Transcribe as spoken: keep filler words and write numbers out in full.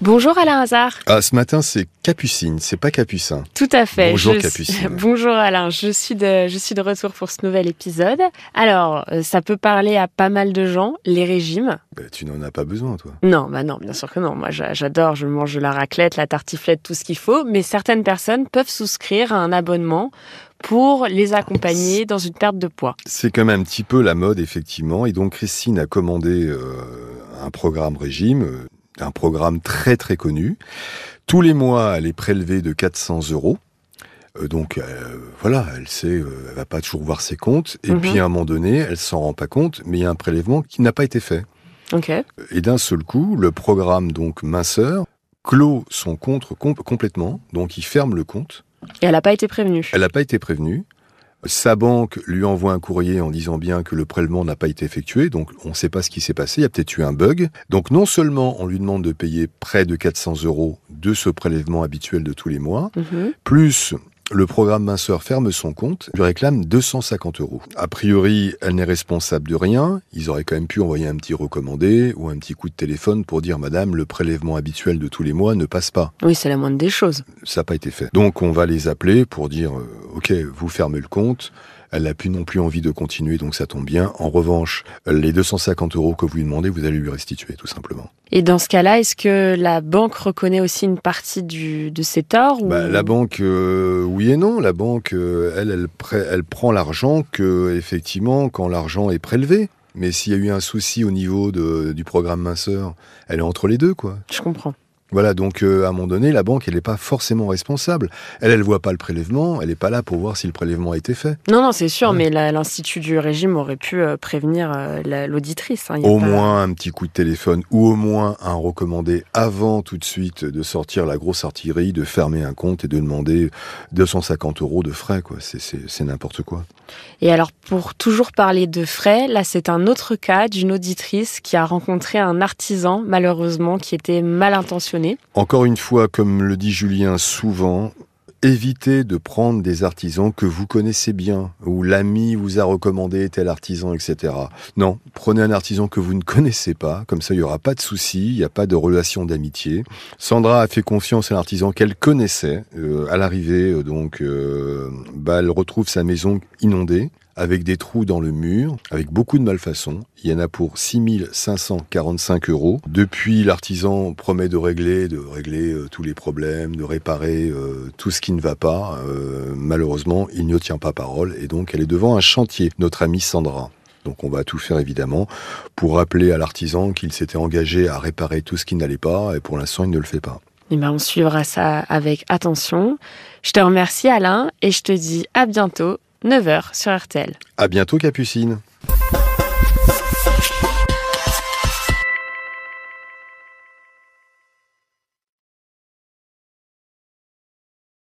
Bonjour Alain Hazard. Ah, ce matin, c'est Capucine, c'est pas Capucin. Tout à fait. Bonjour je Capucine. Suis... Bonjour Alain, je suis, de... je suis de retour pour ce nouvel épisode. Alors, ça peut parler à pas mal de gens, les régimes. Bah, tu n'en as pas besoin, toi. Non, bah non, bien sûr que non. Moi, j'adore, je mange de la raclette, la tartiflette, tout ce qu'il faut. Mais certaines personnes peuvent souscrire à un abonnement pour les accompagner dans une perte de poids. C'est quand même un petit peu la mode, effectivement. Et donc, Christine a commandé euh, un programme régime, euh, un programme très très connu. Tous les mois, elle est prélevée de quatre cents euros. Euh, donc, euh, voilà, elle sait, euh, elle va pas toujours voir ses comptes. Et mm-hmm. puis, à un moment donné, elle s'en rend pas compte, mais il y a un prélèvement qui n'a pas été fait. Okay. Et d'un seul coup, le programme donc minceur clôt son compte com- complètement. Donc, il ferme le compte. Et elle n'a pas été prévenue. Elle n'a pas été prévenue. Sa banque lui envoie un courrier en disant bien que le prélèvement n'a pas été effectué, donc on ne sait pas ce qui s'est passé, il y a peut-être eu un bug. Donc non seulement on lui demande de payer près de quatre cents euros de ce prélèvement habituel de tous les mois, mm-hmm. plus le programme minceur ferme son compte, lui réclame deux cent cinquante euros. A priori, elle n'est responsable de rien. Ils auraient quand même pu envoyer un petit recommandé ou un petit coup de téléphone pour dire « Madame, le prélèvement habituel de tous les mois ne passe pas ». Oui, c'est la moindre des choses. Ça n'a pas été fait. Donc, on va les appeler pour dire euh, « Ok, vous fermez le compte ». Elle n'a plus non plus envie de continuer, donc ça tombe bien. En revanche, les deux cent cinquante euros que vous lui demandez, vous allez lui restituer, tout simplement. Et dans ce cas-là, est-ce que la banque reconnaît aussi une partie du, de ses torts ou... bah, La banque, euh, oui et non. La banque, euh, elle, elle, elle, elle prend l'argent que, effectivement, quand l'argent est prélevé. Mais s'il y a eu un souci au niveau de, du programme minceur, elle est entre les deux, quoi. Je comprends. Voilà, donc euh, à un moment donné, la banque, elle n'est pas forcément responsable. Elle, elle voit pas le prélèvement, elle n'est pas là pour voir si le prélèvement a été fait. Non, non, c'est sûr, ouais. Mais la, l'Institut du régime aurait pu euh, prévenir euh, la, l'auditrice. Hein, au pas... moins un petit coup de téléphone ou au moins un recommandé avant tout de suite de sortir la grosse artillerie, de fermer un compte et de demander deux cent cinquante euros de frais, quoi. C'est, c'est, c'est n'importe quoi. Et alors, pour toujours parler de frais, là, c'est un autre cas d'une auditrice qui a rencontré un artisan, malheureusement, qui était mal intentionné. Encore une fois, comme le dit Julien souvent, évitez de prendre des artisans que vous connaissez bien, ou l'ami vous a recommandé tel artisan, et cetera. Non, prenez un artisan que vous ne connaissez pas, comme ça il n'y aura pas de souci, il n'y a pas de relation d'amitié. Sandra a fait confiance à l'artisan qu'elle connaissait. Euh, à l'arrivée, euh, donc, euh, bah, elle retrouve sa maison inondée, avec des trous dans le mur, avec beaucoup de malfaçons. Il y en a pour six mille cinq cent quarante-cinq euros. Depuis, l'artisan promet de régler, de régler euh, tous les problèmes, de réparer euh, tout ce qui ne va pas. Euh, malheureusement, il ne tient pas parole et donc elle est devant un chantier, notre amie Sandra. Donc on va tout faire évidemment pour rappeler à l'artisan qu'il s'était engagé à réparer tout ce qui n'allait pas et pour l'instant, il ne le fait pas. Eh ben, on suivra ça avec attention. Je te remercie Alain et je te dis à bientôt. neuf heures sur R T L. À bientôt Capucine.